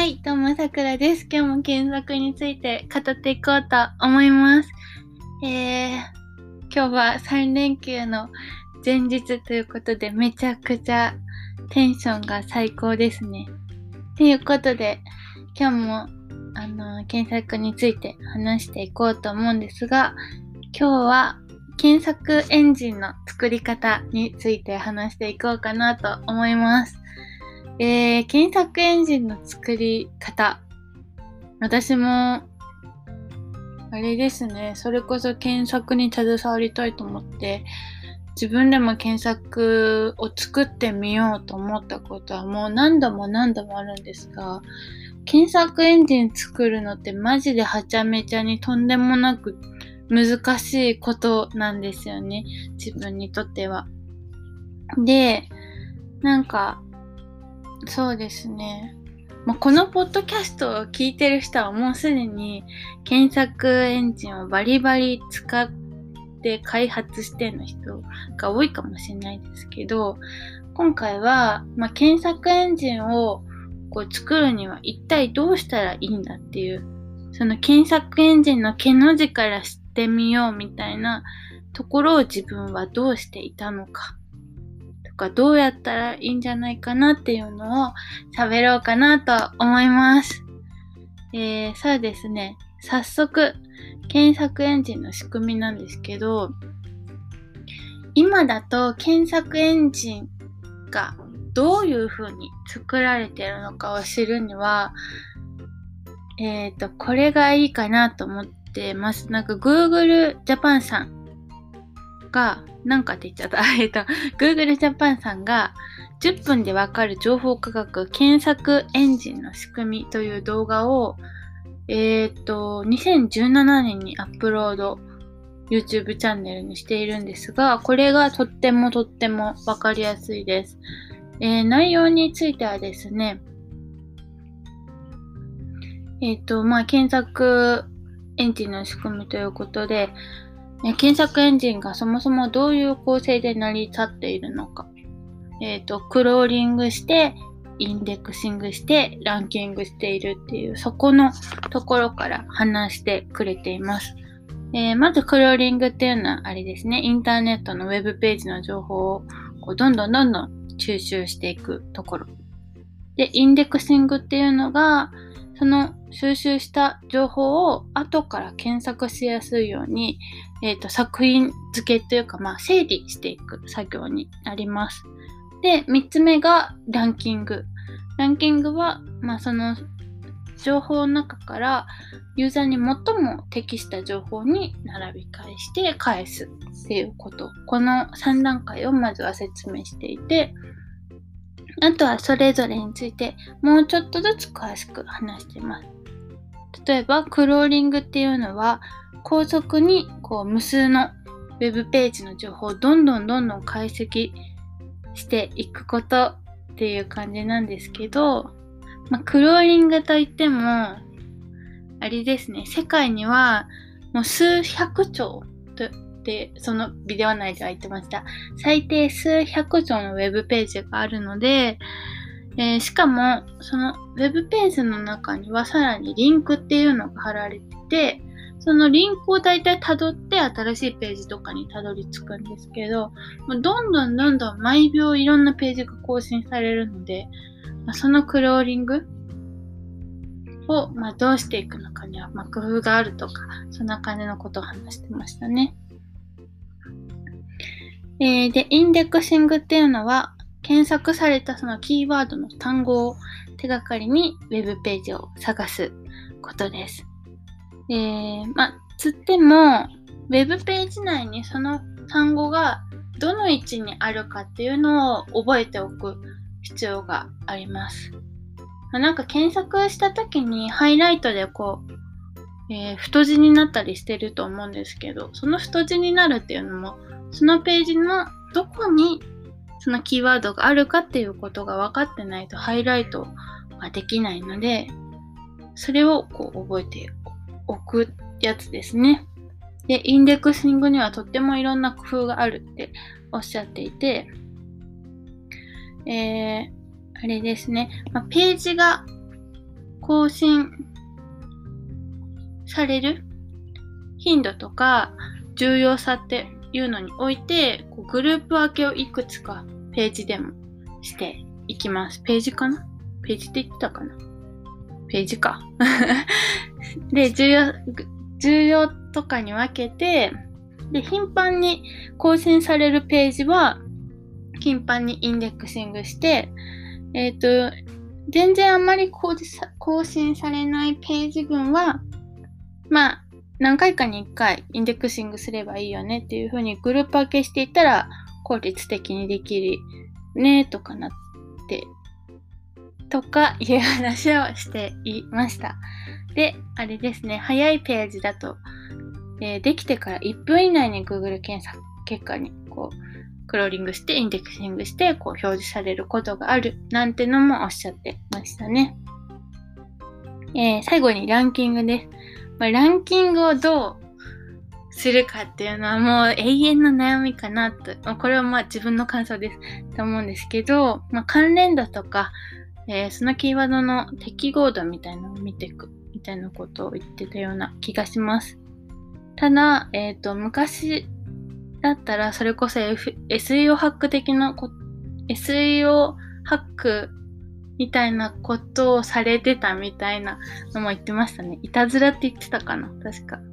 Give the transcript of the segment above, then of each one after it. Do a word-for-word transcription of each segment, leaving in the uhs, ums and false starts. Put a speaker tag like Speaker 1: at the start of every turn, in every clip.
Speaker 1: い、どうもさくらです。今日も検索について語っていこうと思います。えー、今日はさん連休の前日ということでめちゃくちゃテンションが最高ですね。ということで今日もあの検索について話していこうと思うんですが、今日は検索エンジンの作り方について話していこうかなと思います。えー、検索エンジンの作り方。私も、あれですね、それこそ検索に携わりたいと思って、自分でも検索を作ってみようと思ったことはもう何度も何度もあるんですが、検索エンジン作るのってマジではちゃめちゃにとんでもなく難しいことなんですよね、自分にとっては。で、なんか、そうですね。まあ、このポッドキャストを聞いてる人はもうすでに検索エンジンをバリバリ使って開発してる人が多いかもしれないですけど、今回は、まあ、検索エンジンをこう作るには一体どうしたらいいんだっていう、その検索エンジンの毛の字から知ってみようみたいなところを自分はどうしていたのか。どうやったらいいんじゃないかなっていうのを喋ろうかなと思います。えー、そうですね。早速、検索エンジンの仕組みなんですけど、今だと検索エンジンがどういう風に作られているのかを知るには、えっと、これがいいかなと思ってます。なんか Google Japan さんが、なんかって言っちゃった。えっと、Google Japan さんがじゅっぷんでわかる情報科学検索エンジンの仕組みという動画を、えっと、にせんじゅうななねんにアップロード、YouTube チャンネルにしているんですが、これがとってもとってもわかりやすいです。えー、内容についてはですね、えっと、まあ、検索エンジンの仕組みということで、検索エンジンがそもそもどういう構成で成り立っているのか。えっと、クローリングして、インデックシングして、ランキングしているっていう、そこのところから話してくれています。えー、まずクローリングっていうのはあれですね、インターネットのウェブページの情報をこうどんどんどんどん収集していくところ。で、インデックシングっていうのが、その収集した情報を後から検索しやすいように、えっと、作品付けというか、まあ、整理していく作業になります。で、三つ目がランキング。ランキングは、まあ、その情報の中からユーザーに最も適した情報に並び替えして返すっていうこと。このさん段階をまずは説明していて、あとはそれぞれについてもうちょっとずつ詳しく話しています。例えば、クローリングっていうのは、高速にこう無数のウェブページの情報をどんどんどんどん解析していくことっていう感じなんですけど、まあ、クローリングといっても、あれですね、世界にはもう数百兆とでそのビデオ内では言ってました。最低数百兆のウェブページがあるので、えー、しかもそのウェブページの中にはさらにリンクっていうのが貼られてて、そのリンクをだいたい辿って新しいページとかにたどり着くんですけど、どんどんどんどん毎秒いろんなページが更新されるので、そのクローリングを、まあ、どうしていくのかには、まあ、工夫があるとか、そんな感じのことを話してましたね。えー、で、インデックシングっていうのは、検索されたそのキーワードの単語を手がかりにウェブページを探すことです。えー、まあ、つっても、ウェブページ内にその単語がどの位置にあるかっていうのを覚えておく必要があります。なんか検索した時にハイライトでこう、えー、太字になったりしてると思うんですけど、その太字になるっていうのも、そのページのどこにそのキーワードがあるかっていうことが分かってないとハイライトができないので、それをこう覚えておくやつですね。で、インデックシングにはとってもいろんな工夫があるっておっしゃっていて、えー、あれですね、まあ、ページが更新される頻度とか重要さっていうのにおいて、こうグループ分けをいくつかページでもしていきます。ページかな？ページって言ってたかな？ページか。で、重要、重要とかに分けて、で、頻繁に更新されるページは、頻繁にインデックシングして、えっと、全然あんまり更新されないページ群は、まあ、何回かにいっかいインデックシングすればいいよねっていう風にグループ分けしていったら効率的にできるねとかなってとかいう話をしていました。で、あれですね、早いページだと、えー、できてからいっぷん以内に Google 検索結果にこうクローリングしてインデックシングしてこう表示されることがあるなんてのもおっしゃってましたね。えー、最後にランキングです。まあ、ランキングをどうするかっていうのはもう永遠の悩みかなと、まあ、これはまあ自分の感想ですと思うんですけど、まあ、関連度とか、えー、そのキーワードの適合度みたいなのを見ていくみたいなことを言ってたような気がします。ただ、えっと、昔だったらそれこそ、F、エスイーオー ハック的なこ エスイーオー ハックみたいなことをされてたみたいなのも言ってましたね。いたずらって言ってたかな、確か。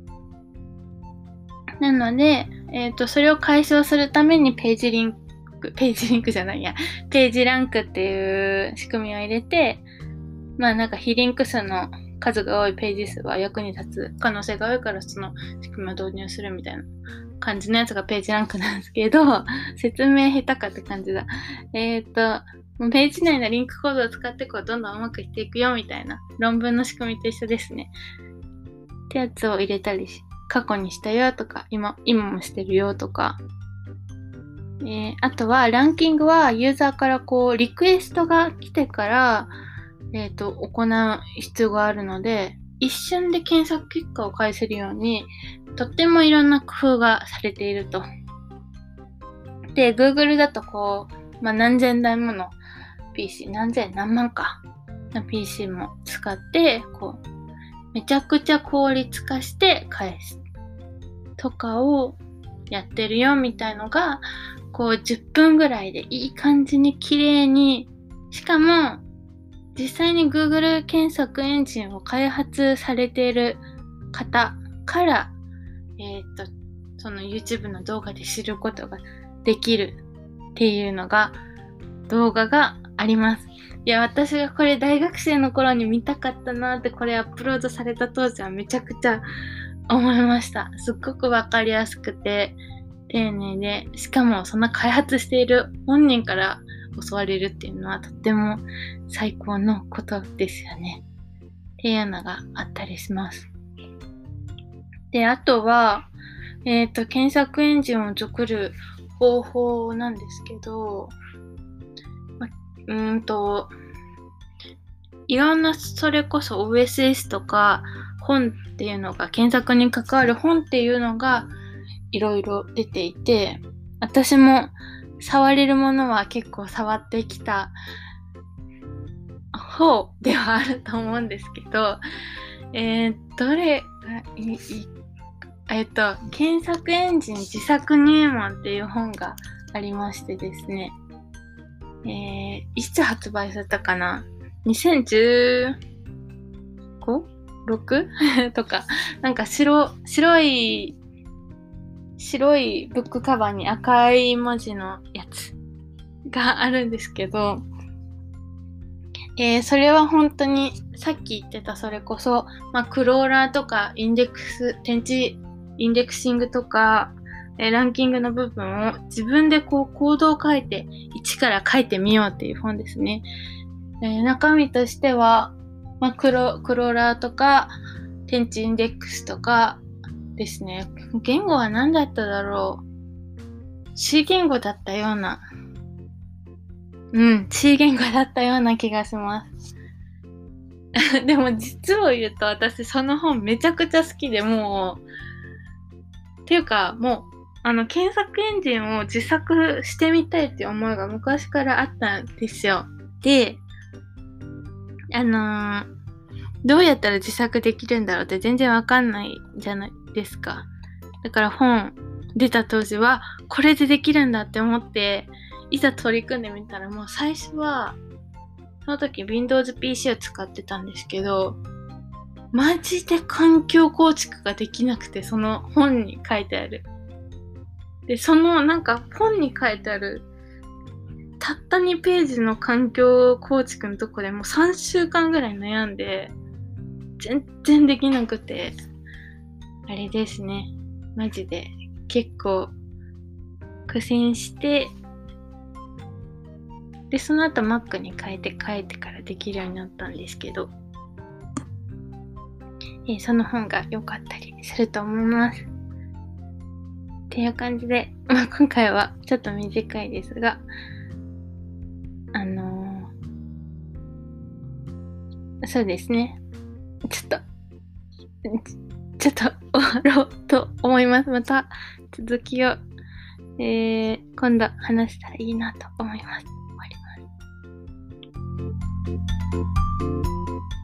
Speaker 1: なので、えっと、それを解消するためにページリンク、ページリンクじゃないや、ページランクっていう仕組みを入れて、まあなんか非リンク数の数が多いページ数は役に立つ可能性が多いからその仕組みを導入するみたいな感じのやつがページランクなんですけど、説明下手かって感じだ。えっと、ページ内のリンクコードを使ってこうどんどんうまくいっていくよみたいな論文の仕組みと一緒ですね。ってやつを入れたりし、過去にしたよとか、今、今もしてるよとか。えー、あとはランキングはユーザーからこうリクエストが来てから、えっと、行う必要があるので、一瞬で検索結果を返せるように、とってもいろんな工夫がされていると。で、Google だとこう、まあ、何千台もの ピーシー、何千、何万かの ピーシー も使って、こう、めちゃくちゃ効率化して返すとかをやってるよみたいのが、こうじゅっぷんぐらいでいい感じに綺麗に、しかも実際に Google 検索エンジンを開発されている方から、えっと、その YouTube の動画で知ることができるっていうのが、動画があります。いや、私がこれ大学生の頃に見たかったなって、これアップロードされた当時はめちゃくちゃ思いました。すっごくわかりやすくて丁寧で、しかもそんな開発している本人から教われるっていうのはとっても最高のことですよね。っていうのがあったりします。で、あとは、えっと、検索エンジンを作る方法なんですけど、うーんと、いろんな、それこそ オーエスエス とか本っていうのが、検索に関わる本っていうのがいろいろ出ていて、私も触れるものは結構触ってきた方ではあると思うんですけど、えー、どれがいい、えっと、検索エンジン自作入門っていう本がありましてですね、えー、いつ発売されたかな ?にせんじゅうご?ろく? とか、なんか白、白い、白いブックカバーに赤い文字のやつがあるんですけど、えー、それは本当にさっき言ってたそれこそ、まあ、クローラーとかインデックス、天地インデクシングとか、えー、ランキングの部分を自分でこうコードを書いて一から書いてみようっていう本ですね。えー、中身としては、まあ、クロ、クローラーとか天地インデックスとかですね。言語は何だっただろう。C 言語だったような。うん、C 言語だったような気がします。でも実を言うと私その本めちゃくちゃ好きで、もうっていうかもうあの検索エンジンを自作してみたいっていう思いが昔からあったんですよ。で、あのー、 どうやったら自作できるんだろうって全然わかんないじゃないですか。だから本出た当時はこれでできるんだって思っていざ取り組んでみたら、もう最初はその時 Windows ピーシー を使ってたんですけど、マジで環境構築ができなくて、その本に書いてある。で、そのなんか本に書いてあるたったにページの環境構築のとこでもうさんしゅうかんぐらい悩んで、全然できなくて、あれですね。マジで結構苦戦して、で、その後 Mac に変えて変えてからできるようになったんですけど、えー、その本が良かったりすると思います。っていう感じで、まあ、今回はちょっと短いですが、あのー、そうですね。ちょっと、ちょっと終わろうと思います。また続きを、えー、今度話したらいいなと思います。終わります。